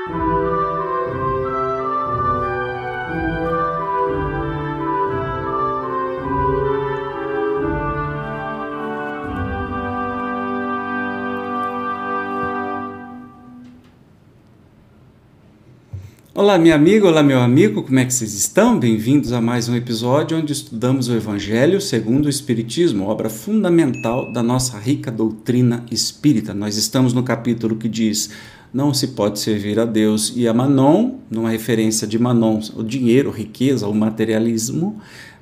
Olá, minha amiga, olá, meu amigo, como é que vocês estão? Bem-vindos a mais um episódio onde estudamos o Evangelho segundo o Espiritismo, obra fundamental da nossa rica doutrina espírita. Nós estamos no capítulo que diz: não se pode servir a Deus e a Manon, numa referência de Manon, o dinheiro, riqueza, o materialismo.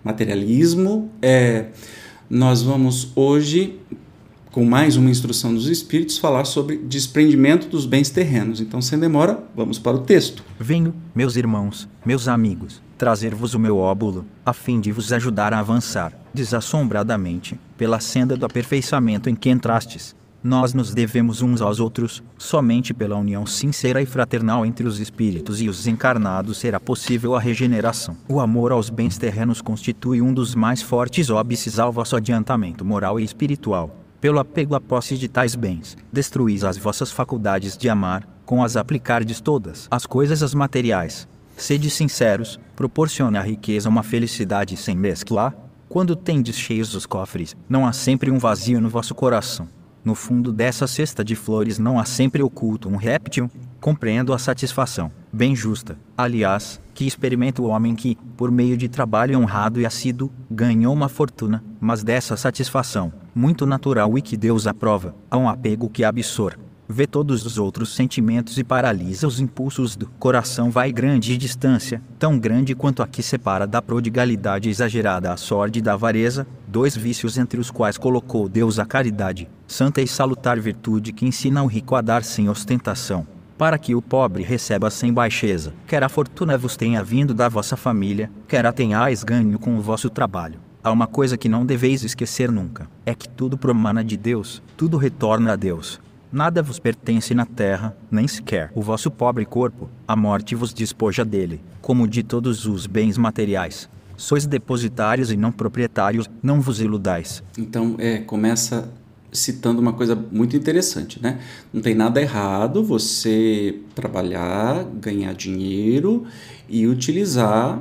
Nós vamos hoje, com mais uma instrução dos Espíritos, falar sobre desprendimento dos bens terrenos. Então, sem demora, vamos para o texto. Venho, meus irmãos, meus amigos, trazer-vos o meu óbulo, a fim de vos ajudar a avançar, desassombradamente, pela senda do aperfeiçoamento em que entrastes. Nós nos devemos uns aos outros, somente pela união sincera e fraternal entre os espíritos e os encarnados será possível a regeneração. O amor aos bens terrenos constitui um dos mais fortes óbices ao vosso adiantamento moral e espiritual. Pelo apego à posse de tais bens, destruís as vossas faculdades de amar, com as aplicardes todas as coisas às materiais. Sede sinceros, proporciona a riqueza uma felicidade sem mescla. Quando tendes cheios os cofres, não há sempre um vazio no vosso coração. No fundo dessa cesta de flores não há sempre oculto um réptil. Compreendo a satisfação, bem justa, aliás, que experimenta o homem que, por meio de trabalho honrado e assíduo, ganhou uma fortuna, mas dessa satisfação, muito natural e que Deus aprova, há um apego que absorve, vê todos os outros sentimentos e paralisa os impulsos do coração. Vai grande distância, tão grande quanto a que separa da prodigalidade exagerada a sorte da avareza, dois vícios entre os quais colocou Deus a caridade, santa e salutar virtude que ensina o rico a dar sem ostentação, para que o pobre receba sem baixeza. Quer a fortuna vos tenha vindo da vossa família, quer a tenhais ganho com o vosso trabalho. Há uma coisa que não deveis esquecer nunca, é que tudo promana de Deus, tudo retorna a Deus. Nada vos pertence na terra, nem sequer o vosso pobre corpo, a morte vos despoja dele, como de todos os bens materiais. Sois depositários e não proprietários, não vos iludais. Então, começa citando uma coisa muito interessante, né? Não tem nada errado você trabalhar, ganhar dinheiro e utilizar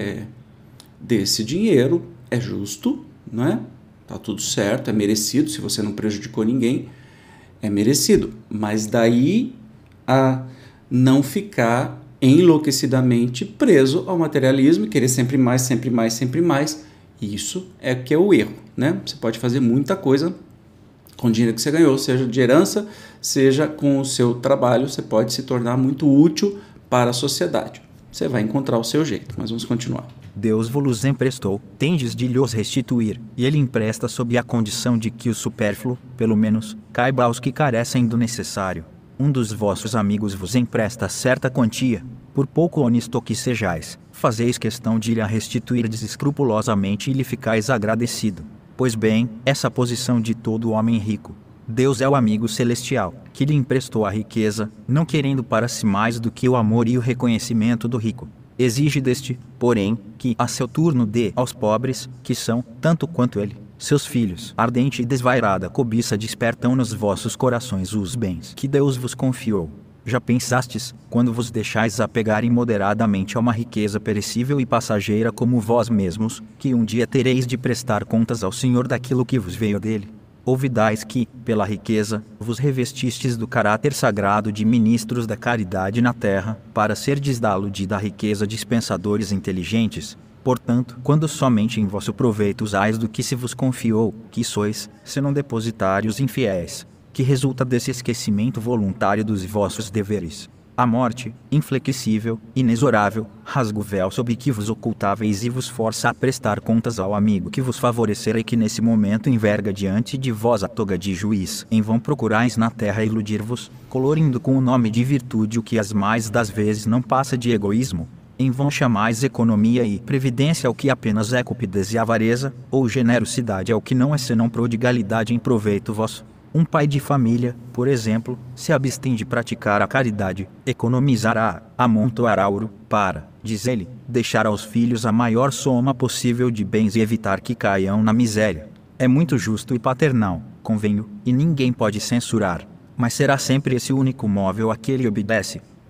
desse dinheiro. É justo, não é? Tá tudo certo, é merecido. Se você não prejudicou ninguém, é merecido. Mas daí a não ficar enlouquecidamente preso ao materialismo e querer sempre mais, sempre mais, sempre mais. Isso é que é o erro, né? Você pode fazer muita coisa com o dinheiro que você ganhou, seja de herança, seja com o seu trabalho. Você pode se tornar muito útil para a sociedade. Você vai encontrar o seu jeito, mas vamos continuar. Deus vos emprestou, tendes de lhos restituir, e ele empresta sob a condição de que o supérfluo, pelo menos, caiba aos que carecem do necessário. Um dos vossos amigos vos empresta certa quantia, por pouco honesto que sejais, fazeis questão de lhe a restituir escrupulosamente e lhe ficais agradecido. Pois bem, essa posição de todo homem rico. Deus é o amigo celestial, que lhe emprestou a riqueza, não querendo para si mais do que o amor e o reconhecimento do rico. Exige deste, porém, que a seu turno dê aos pobres, que são, tanto quanto ele, seus filhos. Ardente e desvairada cobiça despertam nos vossos corações os bens que Deus vos confiou. Já pensastes, quando vos deixais apegar imoderadamente a uma riqueza perecível e passageira como vós mesmos, que um dia tereis de prestar contas ao Senhor daquilo que vos veio dele? Ouvidais que, pela riqueza, vos revestistes do caráter sagrado de ministros da caridade na terra, para serdes da aludida riqueza dispensadores inteligentes. Portanto, quando somente em vosso proveito usais do que se vos confiou, que sois, senão depositários infiéis, que resulta desse esquecimento voluntário dos vossos deveres. A morte, inflexível, inexorável, rasga o véu sob que vos ocultáveis e vos força a prestar contas ao amigo que vos favorecerá e que nesse momento enverga diante de vós a toga de juiz. Em vão procurais na terra iludir-vos, colorindo com o nome de virtude o que as mais das vezes não passa de egoísmo. Em vão chamais economia e previdência o que apenas é cupidez e avareza, ou generosidade é o que não é senão prodigalidade em proveito vosso. Um pai de família, por exemplo, se abstém de praticar a caridade, economizará, amontoará ouro, para, diz ele, deixar aos filhos a maior soma possível de bens e evitar que caiam na miséria. É muito justo e paternal, convenho, e ninguém pode censurar. Mas será sempre esse único móvel a que ele obedece?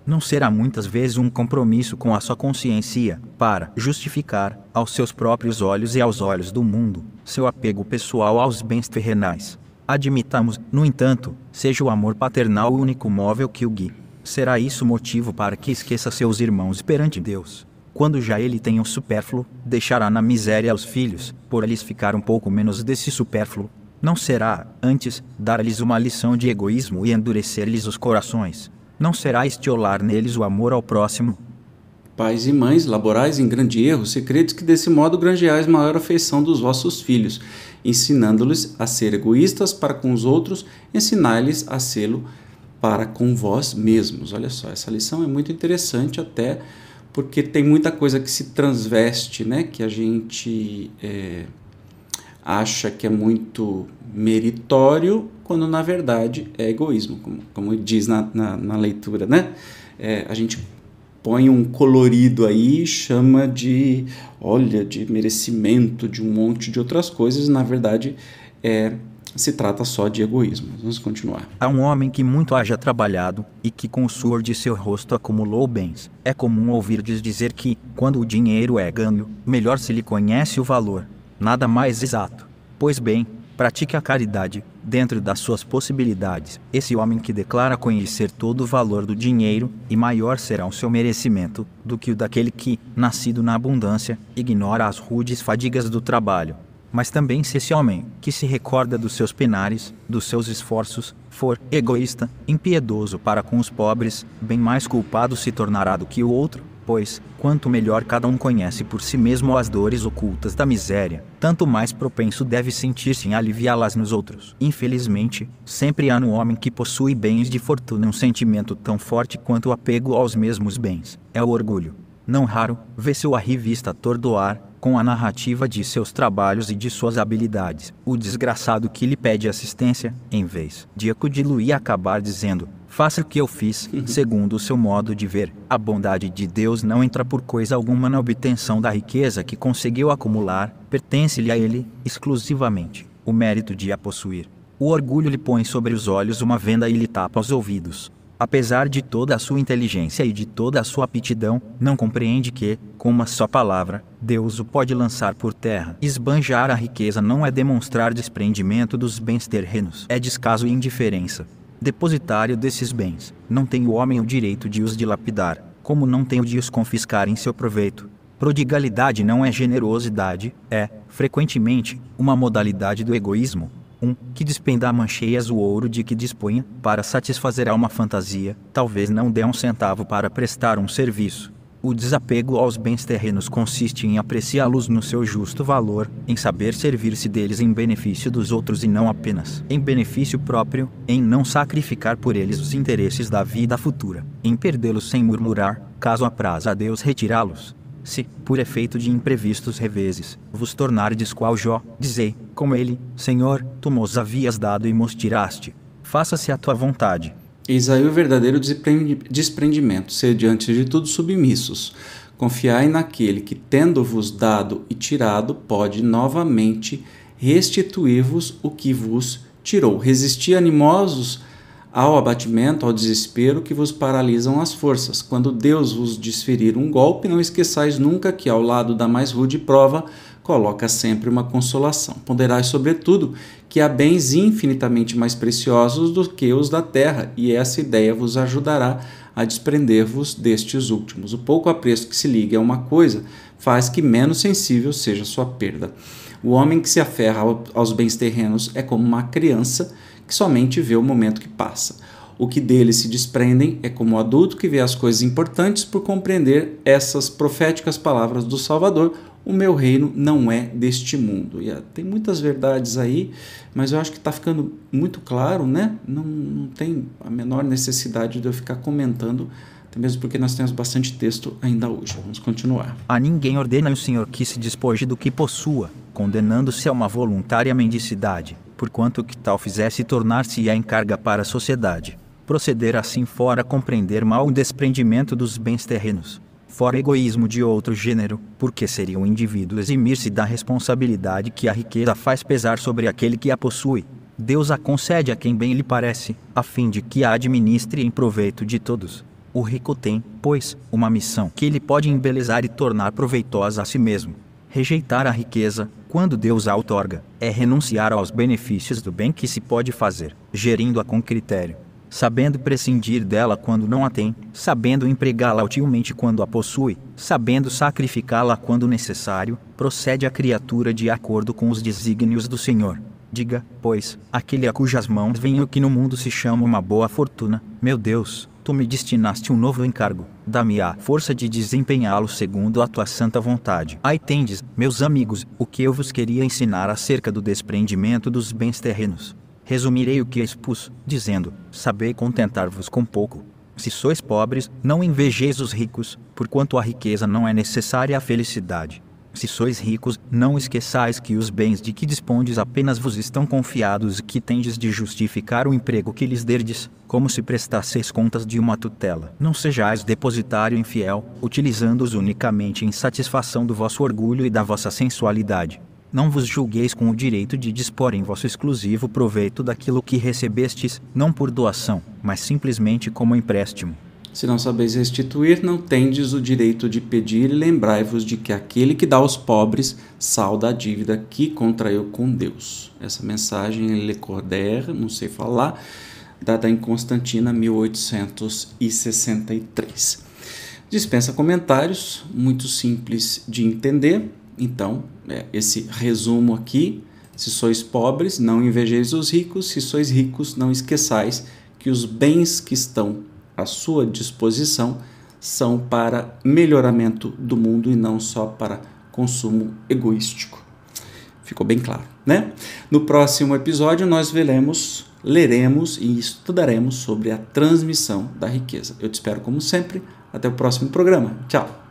Não será muitas vezes um compromisso com a sua consciência, para justificar, aos seus próprios olhos e aos olhos do mundo, seu apego pessoal aos bens terrenais. Admitamos, no entanto, seja o amor paternal o único móvel que o guie. Será isso motivo para que esqueça seus irmãos perante Deus? Quando já ele tem o supérfluo, deixará na miséria os filhos, por eles ficar um pouco menos desse supérfluo? Não será, antes, dar-lhes uma lição de egoísmo e endurecer-lhes os corações? Não será estiolar neles o amor ao próximo? Pais e mães, laborais em grande erro, se credes que desse modo granjeais maior afeição dos vossos filhos, ensinando-lhes a ser egoístas para com os outros, ensinai-lhes a sê-lo para com vós mesmos. Olha só, essa lição é muito interessante até porque tem muita coisa que se transveste, né? Que a gente acha que é muito meritório, quando na verdade é egoísmo, como diz na leitura, né? A gente põe um colorido aí, chama de merecimento, de um monte de outras coisas, na verdade se trata só de egoísmo. Vamos continuar. Há um homem que muito haja trabalhado, e que com o suor de seu rosto acumulou bens. É comum ouvir-lhes dizer que, quando o dinheiro é ganho, melhor se lhe conhece o valor. Nada mais exato. Pois bem, pratique a caridade, dentro das suas possibilidades. Esse homem que declara conhecer todo o valor do dinheiro, e maior será o seu merecimento, do que o daquele que, nascido na abundância, ignora as rudes fadigas do trabalho. Mas também se esse homem, que se recorda dos seus penares, dos seus esforços, for egoísta, impiedoso para com os pobres, bem mais culpado se tornará do que o outro, pois, quanto melhor cada um conhece por si mesmo as dores ocultas da miséria, tanto mais propenso deve sentir-se em aliviá-las nos outros. Infelizmente, sempre há no homem que possui bens de fortuna um sentimento tão forte quanto o apego aos mesmos bens. É o orgulho. Não raro, vê-se a revista atordoar, com a narrativa de seus trabalhos e de suas habilidades, o desgraçado que lhe pede assistência, em vez de acudir-lo e acabar dizendo: faça o que eu fiz, segundo o seu modo de ver. A bondade de Deus não entra por coisa alguma na obtenção da riqueza que conseguiu acumular, pertence-lhe a ele, exclusivamente, o mérito de a possuir. O orgulho lhe põe sobre os olhos uma venda e lhe tapa os ouvidos. Apesar de toda a sua inteligência e de toda a sua aptidão, não compreende que, com uma só palavra, Deus o pode lançar por terra. Esbanjar a riqueza não é demonstrar desprendimento dos bens terrenos, é descaso e indiferença. Depositário desses bens, não tem o homem o direito de os dilapidar, como não tem o de os confiscar em seu proveito. Prodigalidade não é generosidade, é, frequentemente, uma modalidade do egoísmo. Que despenda a mãos cheias o ouro de que disponha, para satisfazer a uma fantasia, talvez não dê um centavo para prestar um serviço. O desapego aos bens terrenos consiste em apreciá-los no seu justo valor, em saber servir-se deles em benefício dos outros e não apenas em benefício próprio, em não sacrificar por eles os interesses da vida futura, em perdê-los sem murmurar, caso apraza a Deus retirá-los. Se, por efeito de imprevistos reveses, vos tornardes qual Jó, dizei, como ele: Senhor, tu mos havias dado e mos tiraste. Faça-se a tua vontade. Eis aí o verdadeiro desprendimento. Sede antes de tudo submissos. Confiai naquele que, tendo-vos dado e tirado, pode novamente restituir-vos o que vos tirou. Resisti animosos ao abatimento, ao desespero que vos paralisam as forças. Quando Deus vos desferir um golpe, não esqueçais nunca que, ao lado da mais rude prova, coloca sempre uma consolação. Ponderai, sobretudo, que há bens infinitamente mais preciosos do que os da terra, e essa ideia vos ajudará a desprender-vos destes últimos. O pouco apreço que se ligue a uma coisa faz que menos sensível seja sua perda. O homem que se aferra aos bens terrenos é como uma criança que somente vê o momento que passa. O que deles se desprendem é como o adulto que vê as coisas importantes por compreender essas proféticas palavras do Salvador: o meu reino não é deste mundo. E tem muitas verdades aí, mas eu acho que está ficando muito claro, né? Não tem a menor necessidade de eu ficar comentando, até mesmo porque nós temos bastante texto ainda hoje. Vamos continuar. A ninguém ordena o Senhor que se despoje do que possua, condenando-se a uma voluntária mendicidade, porquanto que tal fizesse tornar-se-á em carga para a sociedade. Proceder assim fora compreender mal o desprendimento dos bens terrenos. Fora egoísmo de outro gênero, porque seria um indivíduo eximir-se da responsabilidade que a riqueza faz pesar sobre aquele que a possui. Deus a concede a quem bem lhe parece, a fim de que a administre em proveito de todos. O rico tem, pois, uma missão que ele pode embelezar e tornar proveitosa a si mesmo. Rejeitar a riqueza, quando Deus a outorga, é renunciar aos benefícios do bem que se pode fazer, gerindo-a com critério. Sabendo prescindir dela quando não a tem, sabendo empregá-la utilmente quando a possui, sabendo sacrificá-la quando necessário, procede a criatura de acordo com os desígnios do Senhor. Diga, pois, aquele a cujas mãos vem o que no mundo se chama uma boa fortuna: meu Deus, tu me destinaste um novo encargo, dá-me a força de desempenhá-lo segundo a tua santa vontade. Aí tendes, meus amigos, o que eu vos queria ensinar acerca do desprendimento dos bens terrenos. Resumirei o que expus, dizendo: sabei contentar-vos com pouco. Se sois pobres, não invejeis os ricos, porquanto a riqueza não é necessária à felicidade. Se sois ricos, não esqueçais que os bens de que dispondes apenas vos estão confiados e que tendes de justificar o emprego que lhes derdes, como se prestasseis contas de uma tutela. Não sejais depositário infiel, utilizando-os unicamente em satisfação do vosso orgulho e da vossa sensualidade. Não vos julgueis com o direito de dispor em vosso exclusivo proveito daquilo que recebestes, não por doação, mas simplesmente como empréstimo. Se não sabeis restituir, não tendes o direito de pedir, e lembrai-vos de que aquele que dá aos pobres salda a dívida que contraiu com Deus. Essa mensagem é Le Cordaire, não sei falar, dada em Constantina, 1863. Dispensa comentários, muito simples de entender. Então, esse resumo aqui: se sois pobres, não invejeis os ricos; se sois ricos, não esqueçais que os bens que estão à sua disposição são para melhoramento do mundo e não só para consumo egoístico. Ficou bem claro, né? No próximo episódio nós leremos e estudaremos sobre a transmissão da riqueza. Eu te espero como sempre. Até o próximo programa. Tchau!